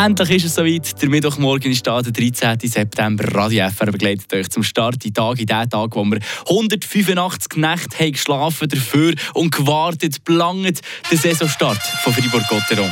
Endlich ist es soweit. Der Mittwochmorgen ist da, der 13. September. Radio FR begleitet euch zum Start in den Tag, wo wir 185 Nächte haben geschlafen dafür und gewartet, belangt den Saisonstart von Fribourg-Gotteron.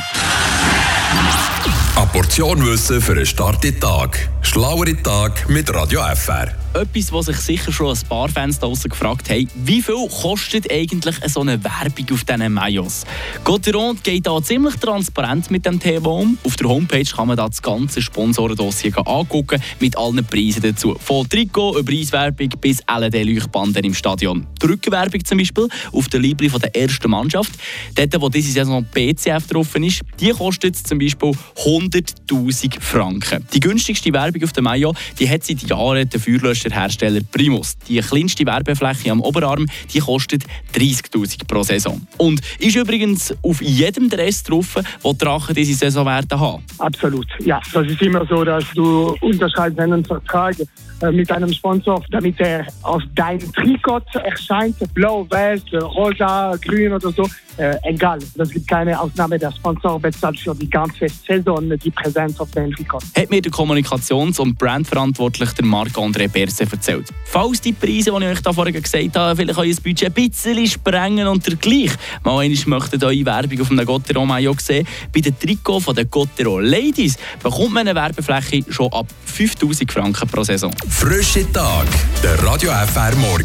Eine Portion Wissen für einen Start in den Tag. Schlauere Tag mit Radio FR. Etwas, was sich sicher schon ein paar Fans da draussen gefragt haben: Wie viel kostet eigentlich so eine Werbung auf diesen Maillots? Gotteron geht da ziemlich transparent mit dem Thema um. Auf der Homepage kann man da das ganze Sponsorendossier angucken, mit allen Preisen dazu. Von Trikot über Eiswerbung bis LED-Leuchtbanden im Stadion. Die Rückenwerbung zum Beispiel auf der Libri von der ersten Mannschaft, dort wo diese Saison BCF drauf ist, die kostet zum Beispiel 100'000 Franken. Die günstigste Werbung auf dem Maillot, die hat seit Jahren der Feuerlöscherhersteller Primus. Die kleinste Werbefläche am Oberarm, die kostet 30'000 pro Saison. Und ist übrigens auf jedem Dress drauf, wo die Drachen diese Saison werden haben. Absolut, ja. Das ist immer so, dass du unterschreibst einen Vertrag mit einem Sponsor, damit er auf deinem Trikot erscheint, blau, weiß, rosa, grün oder so. Egal, es gibt keine Ausnahme. Der Sponsor bezahlt für die ganze Saison die Präsenz auf dem Trikot. Hat mir der Kommunikations- und Brandverantwortliche Marc-André Berset erzählt. Falls die Preise, die ich euch da vorhin gesagt habe, vielleicht euer Budget ein bisschen sprengen und dergleich mal einmal möchtet eure Werbung auf einem Gotteron-Maillot sehen, bei den Trikots der Gotteron Ladies bekommt man eine Werbefläche schon ab 5'000 Franken pro Saison. Frische Tag, der Radio FR Morgen.